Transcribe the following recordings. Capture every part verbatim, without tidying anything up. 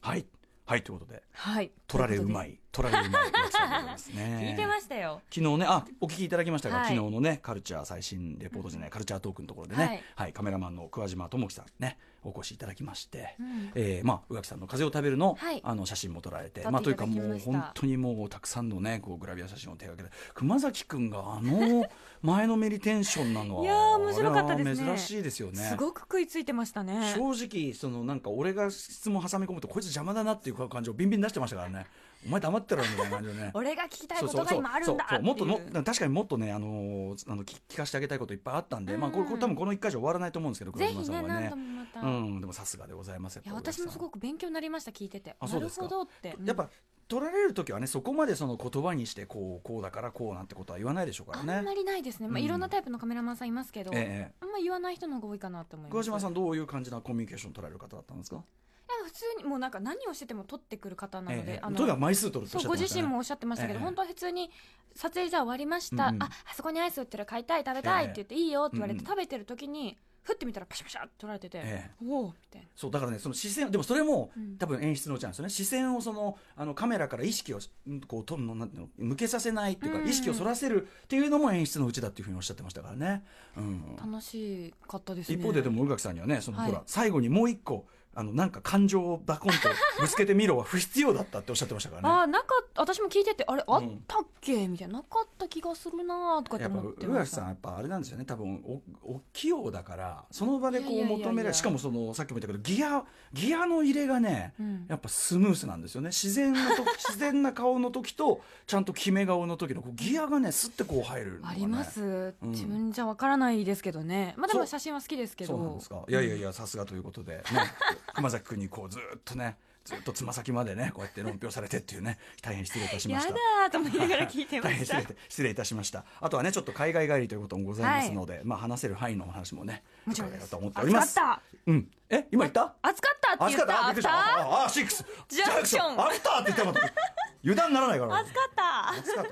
はいはいということで、 はい、 取られうまい取られうまい岩木さんでございますね。 聞いてましたよ昨日ね、あお聞きいただきましたが、 はい、 昨日のねカルチャー最新レポートじゃない、うん、カルチャートークのところでね、はいはい、カメラマンの桑島智樹さんねお越しいただきまして、うん、えー、まあ宇垣さんの風を食べるの、はい、あの写真も撮られて、まあというかもう本当にもうたくさんのねこうグラビア写真を手掛けて、熊崎くんがあの前のめりテンションなのはいやー面白かったですね。 珍しいですよね。 すごく食いついてましたね。 正直そのなんか俺が質問挟み込むとこいつ邪魔だなっていう感じをビンビン出してましたからね。お前黙ってろみたいな感じでね俺が聞きたいことが今あるんだっていう。 もっとも確かにもっとねあのー、あの 聞, 聞かせてあげたいこといっぱいあったんで、うん、まあこれこれ多分このいっかいじゃ終わらないと思うんですけど、 ぜひね何度もまた、 うん、でもさすがでございます。 いや私もすごく勉強になりました。聞いてて、 あそうですか。 なるほどって、うん、 やっぱ取られるときはねそこまでその言葉にしてこうこうだからこうなんてことは言わないでしょうからね。 あんまりないですね、まあ、いろんなタイプのカメラマンさんいますけど、 うん、ええ、 あんま言わない人の方が多いかなと思います。 桑島さんどういう感じなコミュニケーション取られる方だったんですか。 いや普通にもうなんか何をしてても撮ってくる方なので、 ええ、 あのとにかく枚数取るとおっしゃってましたね。 そうご自身もおっしゃってましたけど、ええ、本当は普通に撮影じゃ終わりました、うん、ああそこにアイス売ってる買いたい食べたいって言って、ええ、いいよって言われて、うん、食べてる時にふってみたらパシャパシャって撮られてて、ええ、おおみたいな。 そうだからねその視線でもそれも、うん、多分演出のうちなんですよね。視線をそのあのカメラから意識をこうとのなんていうの向けさせないっていうか、うん、意識をそらせるっていうのも演出のうちだっていうふうにおっしゃってましたからね、うん、 楽しかったですね。 一方ででも宇垣さんにはねその、 はい、 ほら最後にもう一個あのなんか感情をバコンとぶつけてみろは不必要だったっておっしゃってましたからね。 あなんか私も聞いててあれあったっけ、うん、みたいななかった気がするなとかって思ってました。 宇垣さんやっぱあれなんですよね多分おお器用だからその場でこう求められる。しかもそのさっきも言ったけどギアギアの入れがね、うん、やっぱスムースなんですよね。自然なと自然な顔の時とちゃんと決め顔の時のこうギアがねスッてこう入るのが、ね、 あります、うん、自分じゃわからないですけどね。まあでも写真は好きですけど。 そうなんですか。いやいやいやさすがということで、ね、熊崎君にこうずっとねずっとつま先までねこうやって論評されてっていうね大変失礼いたしました。 やだーと思いながら聞いてました大変失礼失礼いたしました。あとはねちょっと海外帰りということもございますので、はい、まあ話せる範囲のお話もねもちろんです。 と思っております。 暑かった、 うん、え今言った暑かったって言った。 暑かった。ああシックスジャンクションアフターって言っても油断ならないから暑かった暑かった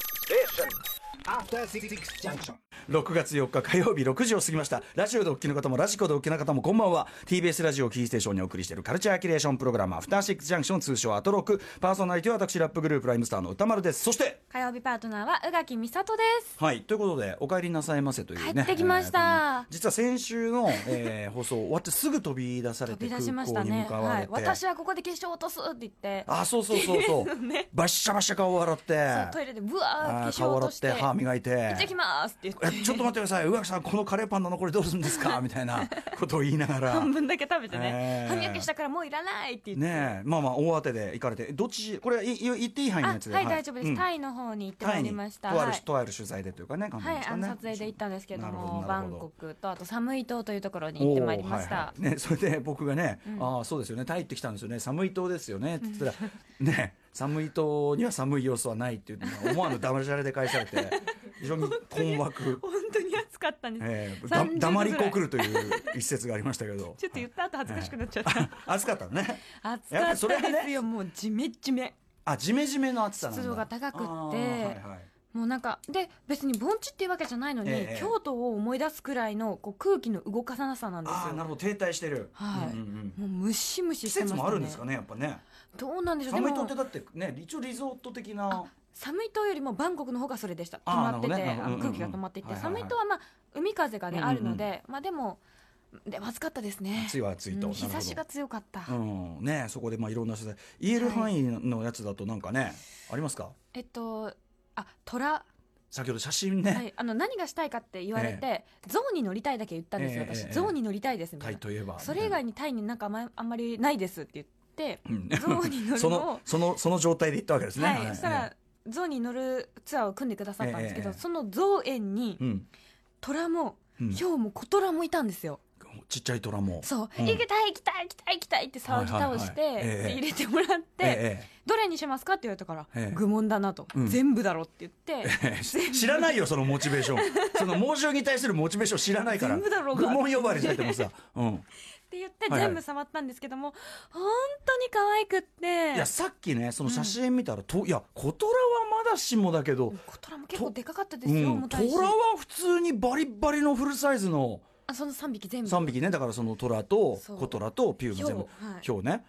ろくがつよっか火曜日ろくじを過ぎました。ラジオでお聞きの方もラジコでお聞きの方もこんばんは。 ティービーエス ラジオキーステーションにお送りしているカルチャーキュレーションプログラムアフターシックスジャンクション通称アトロク。パーソナリティは私ラップグループライムスターの歌丸です。そして火曜日パートナーは宇垣美里です。 はいということでお帰りなさいませというね帰ってきました、 えー、実は先週の、えー、放送終わってすぐ飛び出されて空港に向かわれて、 はい、私はここで化粧落とすって言ってあそうそうそうそう、ね、バッシャバッシャ顔を洗ってトイレでブワー化粧落として顔洗って歯磨いて行ってきますって言ってちょっと待ってください宇垣さんこのカレーパンの残りどうするんですかみたいなことを言いながら半分だけ食べてね、えー、歯磨きしたからもういらないって言ってねえまあまあ大当てで行かれてどっちこれいい言っていい範囲のやつではい、はい、大丈夫です、うん、タイの方に行ってまいりました。 とある、はい、とある取材でというかねはい、あの撮影で行ったんですけどもバンコクとあとサムイ島というところに行ってまいりました、 はいはいね、それで僕がね、うん、ああそうですよねタイ行ってきたんですよね寒い島ですよねって言ったらね寒い島には寒い要素はないっていうの思わぬダマジャレで返されて非常に困惑本当に暑かったんです、 えー、だ黙りこくるという一節がありましたけどちょっと言った後恥ずかしくなっちゃった、 えー、暑かったのね暑かったですよ、ね、もうジメジメあジメジメの暑さなんだ。 湿度が高くって、はいはい、もうなんかで別に盆地っていうわけじゃないのに、えー、京都を思い出すくらいのこう空気の動かさなさなんですよ。 あなるほど停滞してる、 はい、うんうんうん、もうムシムシしてましたね。 季節もあるんですかねやっぱね。 どうなんでしょう。 寒い島ってだってね一応リゾート的な寒い島よりもバンコクの方がそれでした。止まってて、ね、空気が止まっていて、はいはいはい、寒い島はまあ海風がね、うんうん、あるのでまあでもでも暑かったですね。 暑いは暑いと、うん、 日差しが強かった、 うんね、そこでまあいろんな取材言える範囲のやつだとなんかね、はい、ありますか。 えっとあ虎先ほど写真ね、 はい、あの何がしたいかって言われて、えー、象に乗りたいだけ言ったんですよ、えー、私、えー、象に乗りたいですみたいな。 タイといえばそれ以外にタイになんかあんまあんまりないですって言って、うん、象に乗るのをそのそのその状態で行ったわけですね。 はい、はい、そしたら、えー、象に乗るツアーを組んでくださったんですけど、えー、その象園に、うん、虎もヒョウも小虎もいたんですよ。 ちっちゃい虎もそう、うん、行きたい行きたい行きたい行きたいって騒ぎ倒して、はいはいはいえー、入れてもらって、えー、どれにしますかって言われたから、えー、愚問だなと、うん、全部だろって言って、えー、知らないよそのモチベーションその猛獣に対するモチベーション知らないから全部だろう愚問呼ばわりされてもさ、うん、 って言って全部触ったんですけども、はいはい、本当に可愛くって。 いやさっきねその写真見たら、うん、といや小虎はまだしもだけど小虎も結構でかかったですよ、 うん、虎は普通にバリバリのフルサイズのあそのさんびき全部さんびきねだからその虎と小虎とピューも全部ヒョウ、はい、 ヒョウね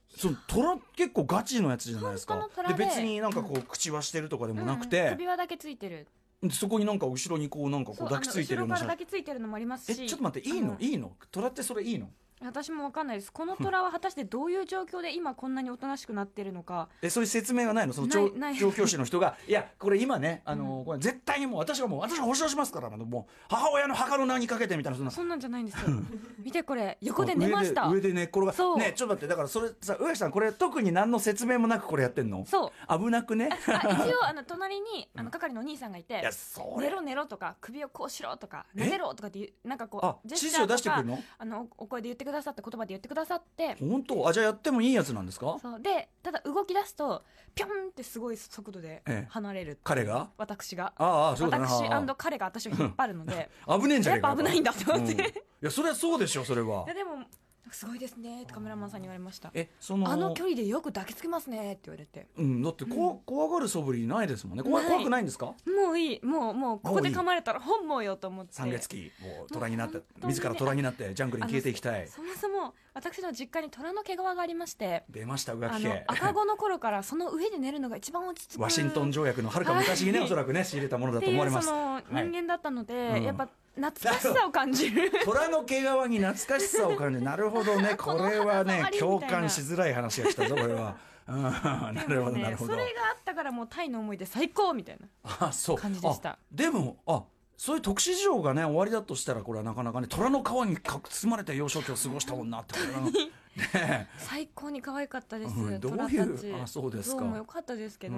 その虎結構ガチのやつじゃないですか。 本当の虎でで別になんかこう口はしてるとかでもなくて、 うん、首輪だけついてる。 そこになんか後ろにこうなんかこう抱きついてるような。 後ろから抱きついてるのもありますし。 えちょっと待って、いいのいいの虎ってそれいいの？ 私も分かんないです。この虎は果たしてどういう状況で今こんなにおとなしくなってるのか。 えそういう説明がないの？その調教師の人がいやこれ今ねあの、うん、これ絶対にもう私がもう私が保証しますからもう母親の墓の名にかけてみたいなそんなそんなんじゃないんですよ見てこれ横で寝ました。 上で上で寝っ転がそうねちょっと待ってだからそれさ宇垣さんこれ特に何の説明もなくこれやってんの？ そう危なくねあ一応あの隣にあの係のお兄さんがいて、うん、 いやそれ寝ろ寝ろとか首をこうしろとか寝ろとかってなんかこうジェスチャーとか指示を出してくるの？ あのお声で言ってくださって言葉で言ってくださって本当？あじゃあやってもいいやつなんですか？ そうでただ動き出すとピョンってすごい速度で離れる、ええ、 彼が私がああそうだ、ね、 私彼が私を引っ張るので危ねえんじゃねえかやっぱ危ないんだと思って、うん、いやそれはそうでしょそれは。 いやでもすごいですねってカメラマンさんに言われました。 えそのあの距離でよく抱きつけますねって言われて、 うん、だってこ、うん、怖がる素振りないですもんね。怖怖くないんですか？ もういいもうもうここで噛まれたら本望よと思って三月期もう虎になって自ら虎になってジャングルに消えていきたい。 そもそも私の実家に虎の毛皮がありまして出ました宇垣家赤子の頃からその上で寝るのが一番落ち着くワシントン条約のはるか昔にね、はい、おそらくね仕入れたものだと思われます。 っていうその人間だったので、はい、やっぱ懐かしさを感じる虎の毛皮に懐かしさを感じるなるほどねこれはね共感しづらい話が来たぞこれはなるほどなるほど。 それがあったからもうタイの思い出最高みたいな感じでした。 でもあそういう特殊事情がね終わりだとしたらこれはなかなかね虎の皮に包まれた幼少期を過ごしたもんなってね、 最高に可愛かったです、 うん、どういうあそうですかどうも良かったですけど、うん、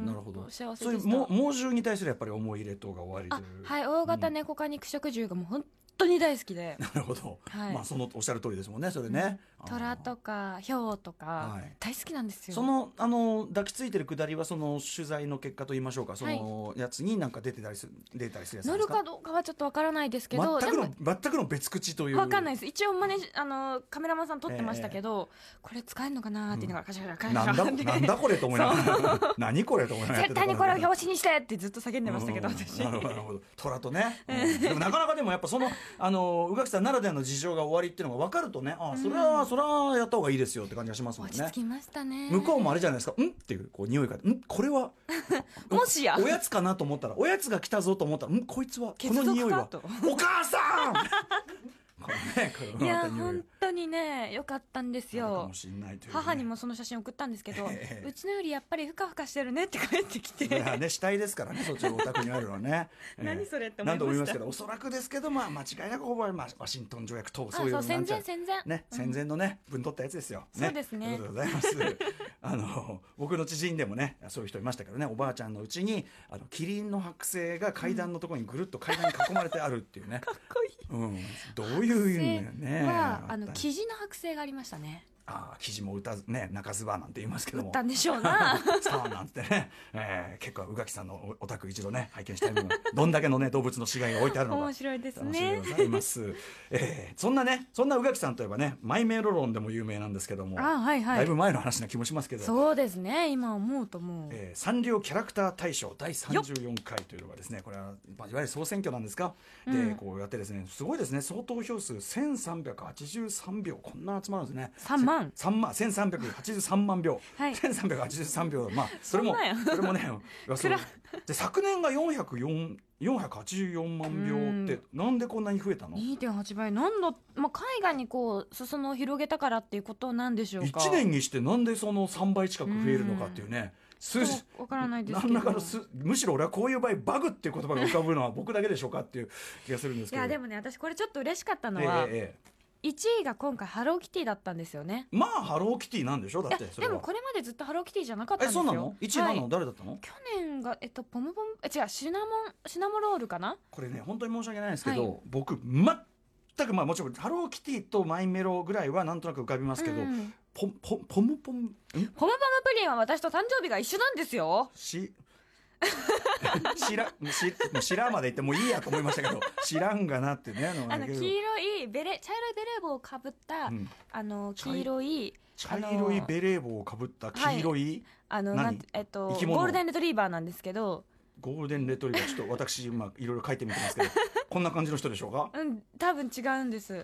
なるほど幸せでした。 そういうも猛獣に対するやっぱり思い入れ等が終わりというはい大型猫科肉食獣がもう本当に大好きでなるほど、はい、まあそのおっしゃる通りですもんねそれね、 うん、虎とかヒョウとか大好きなんですよ。 そのあの抱きついてるくだりはその取材の結果と言いましょうかそのやつになんか出てたりする出たりするやつなんですか？ 乗るかどうかはちょっとわからないですけど全くの全くの別口というわかんないです。一応マネあのカメラマンさん撮ってましたけど、えー、これ使えるのかなって言いながらカシャカシャカシャカシャなんだなんだこれと思いながら何これと思いながら絶対にこれを表紙にしてってずっと叫んでましたけど、 うん、 私なるほどなるほど虎とね、うん、でもなかなかでもやっぱそのあの宇垣さんならではの事情が終わりっていうのが分かるとねあそれは、うん、それはやった方がいいですよって感じがしますもんね。 落ち着きましたね。 向こうもあれじゃないですかんっていうこう匂いがんこれはもしやおやつかなと思ったらおやつが来たぞと思ったらんこいつはこの匂いはお母さんこれね、これいや本当にね良かったんですよ。 ね、 母にもその写真送ったんですけど、えー、うちのよりやっぱりふかふかしてるねって帰ってきていや、ね、死体ですからねそっちのお宅にあるのはね何それって思いました。 何度も言いますけどおそらくですけど、まあ、間違いなくほぼ、まあ、ワシントン条約等そういうの戦前戦前、 ね、戦前のね分取ったやつですよ、 ね、そうですね。 ということでございますあの僕の知人でもねそういう人いましたけどねおばあちゃんのうちにあのキリンの剥製が階段のところにぐるっと階段に囲まれてあるっていうねかっこいい、 うん、どういう意味ねはあの生地の剥製がありましたね。 ああ生地も歌ね中ずばなんて言いますけども歌んでしょうなさあなんてね、えー、結構宇垣さんの お, お宅一度ね拝見したいものどんだけのね動物の死骸が置いてあるのか面白いですね。 楽しみでございます、えー、そんなねそんな宇垣さんといえばねマイメロロンでも有名なんですけどもあ、はいはい、 だいぶ前の話な気もしますけどそうですね今思うともう、 えー、サンリオキャラクター大賞だいさんじゅうよんかいというのがですねこれは、まあ、いわゆる総選挙なんですか、うん、でこうやってですねすごいですね総投票数せんさんびゃくはちじゅうさんびょうこんな集まるんですね。 さんまんさんまんせんさんびゃくはちじゅうさんまんびょう、はい、せんさんびゃくはちじゅうさんびょうまあそれもそれもねで昨年がよんひゃくよん よんひゃくはちじゅうよんまんびょうってなんでこんなに増えたの？ にてんはち 倍なんだ、まあ、海外にこう裾野を広げたからっていうことなんでしょうか。 いちねんにしてなんでそのさんばい近く増えるのかっていうね数字わからないですけど何らかのすむしろ俺はこういう場合バグっていう言葉が浮かぶのは僕だけでしょうかっていう気がするんですけどいやでもね私これちょっと嬉しかったのは、ええええいちいが今回ハローキティだったんですよね。 まあハローキティなんでしょだってそれは。 でもこれまでずっとハローキティじゃなかったんですよ。 えそうなのいちいなの、はい、誰だったの？ 去年がえっとポムポムえ違うシナモンシナモロールかな。 これね本当に申し訳ないんですけど、はい、僕全くまあもちろんハローキティとマイメロぐらいはなんとなく浮かびますけど、うん、ポポポムポムポムポムプリンは私と誕生日が一緒なんですよ。 し知らし知らんまで言ってもういいやと思いましたけど知らんがなってねあの黄色いベレ茶色いベレー帽をかぶった、うん、あの黄色い茶色いベレー帽をかぶった黄色い、はい、 あのなんえっとゴールデンレトリーバーなんですけどゴールデンレトリバーちょっと私今いろいろ書いてみてますけどこんな感じの人でしょうか？ うん多分違うんです。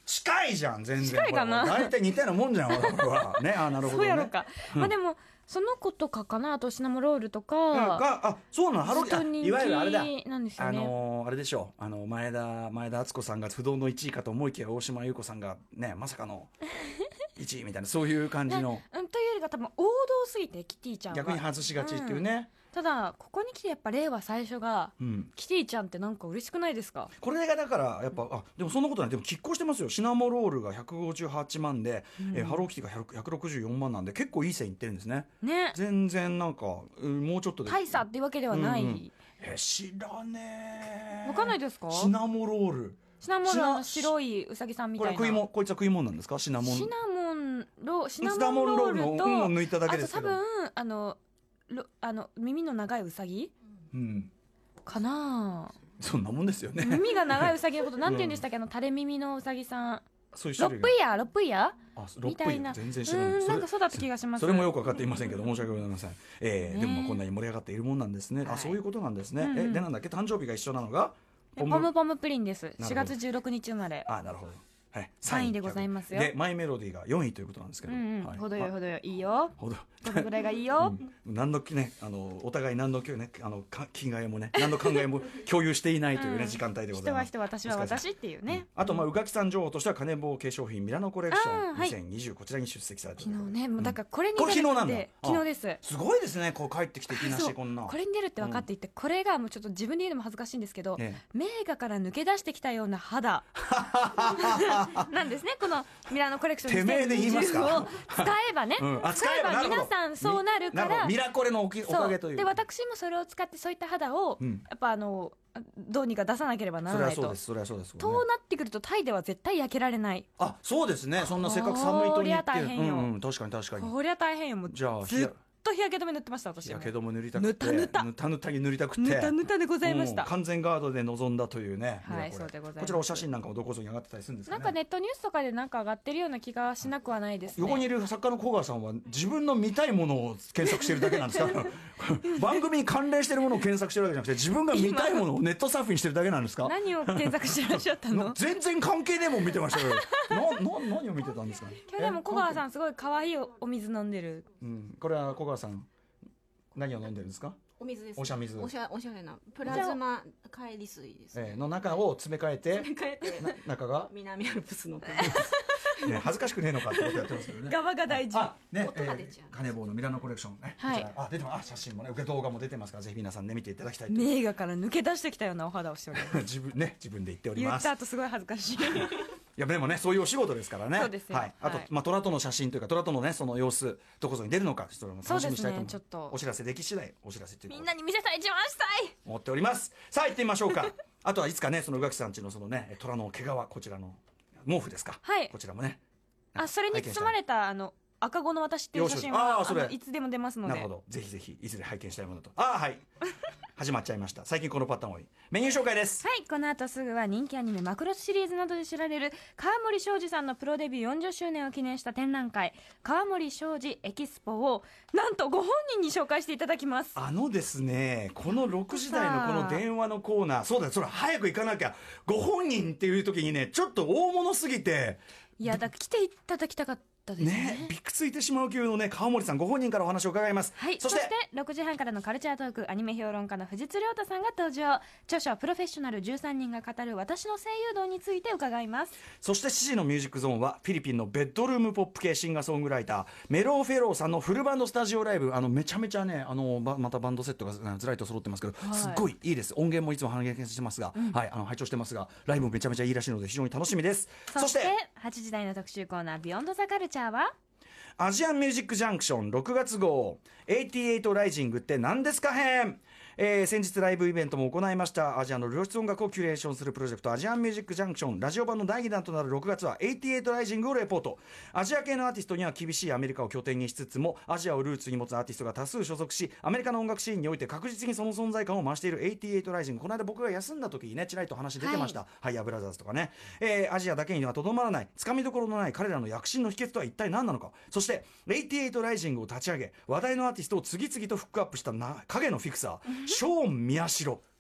近いじゃん全然。 近いかな。 大体似たようなもんじゃん俺はね。あなるほどね。 そうやろか、うん、まあでもその子とかかな。あとシナモロールとか、うん、 があそうなの。ハローいわゆるあれだなんですよね。 あのー、あれでしょう、あの前田前田敦子さんが不動のいちいかと思いきや大島優子さんがねまさかのいちいみたいなそういう感じの、 うん、というよりが多分王道すぎてキティちゃんは逆に外しがちっていうね、うん、 ただここに来てやっぱ令和最初が、うん、キティちゃんってなんか嬉しくないですか。 これがだからやっぱ、あでもそんなことない。でも拮抗してますよ。シナモロールがひゃくごじゅうはちまんで、うんえー、ハローキティがひゃくろくじゅうよんまんなんで結構いい線いってるんですね。 ね全然なんか、うん、もうちょっとで大差っていうわけではない、うんうん、 え知らねえ。 わかんないですか。 シナモロールシナモロールの白いうさぎさんみたいな。 これ食いもこいつは食い物なんですか。シナモンシナモンロシナモンロールと、 うん、抜いただけですけど、 あと多分あのあの耳の長いうさぎ、うん、かな。 そんなもんですよね。 耳が長いうさぎのことなんて言うんでしたっけ、うん、あの垂れ耳のうさぎさん。そういう種類ロップイヤーロップイヤーみたいな。 全然知らない。 うんなんかそうだった気がします。 それもよく分かっていませんけど申し訳ございません、えー、でもまあこんなに盛り上がっているもんなんですね、はい、あそういうことなんですね、うんうん、えでなんだっけ誕生日が一緒なのがポムポムポムプリンです。しがつじゅうろくにち生まれ。 あなるほど、はい、 さんいでございますよ。 でマイメロディーがよんいということなんですけど、 うんうんはい、 ほどよいほどよいいよ。 ほどこのぐらいがいいよ、 うん、何のねあのお互い何のねあの気概もね何の考えも共有していないというね、うん、時間帯でございます。 人は人私は私っていうね、 うん、あとまあ宇垣さん情報としては金棒化粧品ミラノコレクションにせんにじゅう、はい、こちらに出席されて昨日ねもうだからこれに出るって、 うん、 これ昨日なんだ。 昨日です。 すごいですねこう帰ってきていきなしこんなこれに出るって分かっていて、うん、これがもうちょっと自分で言うのも恥ずかしいんですけど、ね、名画から抜け出してきたような肌なんですねこのミラノコレクションにせんにじゅうを使えばね、うん、使えば皆さんそうなるからミラコレのおかげという。 で私もそれを使ってそういった肌を、うん、やっぱあのどうにか出さなければならないと。 それはそうですそれはそうです、ね、 となってくるとタイでは絶対焼けられない。 あそうですね。そんなせっかく寒いとに行ってこりゃ大変よ、 うんうん、確かに確かにこりゃ大変よ。もうじゃあずっと日焼け止め塗ってました私。 日焼け止め塗りたくてぬたぬたぬたぬたに塗りたくてぬたぬたでございました、 うん、完全ガードで臨んだというね。 はいそうでございます。 こちらお写真なんかもどこぞに上がってたりするんですかね。 なんかネットニュースとかでなんか上がってるような気がしなくはないですね。 横にいる作家の小川さんは自分の見たいものを検索してるだけなんですか番組に関連してるものを検索してるわけじゃなくて自分が見たいものをネットサーフィンしてるだけなんですか。 何を検索してらっしゃったの全然関係ねえもん見てましたよなな何を見てたんですかね。 今日でも小川さんすごい可愛い お, お水飲んでる、 うん、これは小川さん何を飲んでるんですか。 お水です。 おしゃ水。 おしゃおしゃれなプラズマ海理水です、 えー、の中を詰め替えて詰め替えて中が南アルプスのね、恥ずかしくねえのかってことやってますけどね。 側が大事。 あ、ね、 音が出ちゃう。 えー、金棒のミラノコレクションね。 はい。 あ、出てます。あ、写真もね、受け動画も出てますから、ぜひ皆さんね見ていただきたいと。 名画から抜け出してきたようなお肌をしております。 自分ね、自分で言っております。 言った後すごい恥ずかしい。いやでもねそういうお仕事ですからね。 そうですよ。 はい。あと、はい、まあ虎との写真というか虎とのねその様子どこぞに出るのかちょっと楽しみにしたいと思います。ちょっとお知らせでき次第お知らせというみんなに見せたい一番したい思っております。さあ行ってみましょうか。あとはいつかねその宇垣さんちのそのね虎の毛皮こちらの毛布ですか。 はい。 こちらもね。 あそれに包まれたあの赤子の私っていう写真は あ, あのいつでも出ますので。 なるほど。ぜひぜひいずれ拝見したいものと。あはい。始まっちゃいました。最近このパターン多いメニュー紹介です。 はい、この後すぐは人気アニメマクロスシリーズなどで知られる川森庄司さんのプロデビューよんじゅっしゅうねんを記念した展覧会川森庄司エキスポをなんとご本人に紹介していただきます。 あのですねこのろくじ台のこの電話のコーナーそうだよそれ早く行かなきゃご本人っていう時にねちょっと大物すぎていやだ来ていただきたかったですね。 ね、びっくついてしまう級のね川森さんご本人からお話を伺います。 はい、そして、そしてろくじはんからのカルチャートークアニメ評論家の藤津亮太さんが登場。著書プロフェッショナルじゅうさんにんが語る私の声優道について伺います。 そしてしちじのミュージックゾーンはフィリピンのベッドルームポップ系シンガーソングライターメローフェローさんのフルバンドスタジオライブあのめちゃめちゃねあのまたバンドセットがずらりと揃ってますけど、はい、すっごいいいです。音源もいつも反映してますが、うん、はいあの拝聴してますがライブもめちゃめちゃいいらしいので非常に楽しみです。 そしてはちじ台の特集コーナービヨンドザカルチャーはアジアンミュージックジャンクションろくがつ号はちじゅうはちライジングって何ですか編、えー、先日ライブイベントも行いましたアジアの良質音楽をキュレーションするプロジェクトアジアンミュージックジャンクションラジオ版の第に弾となるろくがつははちじゅうはちライジングをレポート。アジア系のアーティストには厳しいアメリカを拠点にしつつもアジアをルーツに持つアーティストが多数所属しアメリカの音楽シーンにおいて確実にその存在感を増しているはちじゅうはちライジング。この間僕が休んだ時にねちらりと話出てました、はい、ハイヤーブラザーズとかね、えー、アジアだけにはとどまらないつかみどころのない彼らの躍進の秘訣とは一体何なのか。そしてはちじゅうはちライジングを立ち上げ話題のアーティストを次々とフックアップしたな影のフィクサーショーン宮代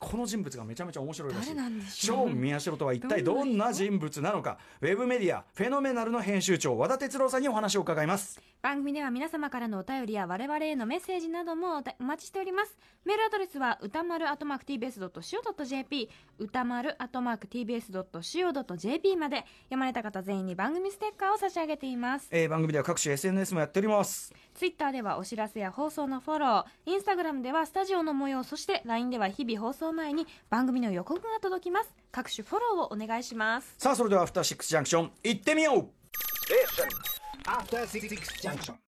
この人物がめちゃめちゃ面白いらしい。 誰なんでしシょう。 ョーン宮代とは一体どんな人物なのか、ウェブメディアフェノメナルの編集長和田哲郎さんにお話を伺います。 番組では皆様からのお便りや我々へのメッセージなどもお待ちしております。メールアドレスは歌丸アットマーク ティービーエスドットシーオードットジェーピー 歌丸アットマーク ティービーエスドットシーオードットジェーピー まで。読まれた方全員に番組ステッカーを差し上げています。 えー、番組では各種 エスエヌエス もやっております。 ツイッターではお知らせや放送のフォロー、インスタグラムではスタジオの模様、そして ライン では日々放送前に番組の予告が届きます。各種フォローをお願いします。 さあそれではアフターシックスジャンクション行ってみよう。 アフターシックスジャンクション。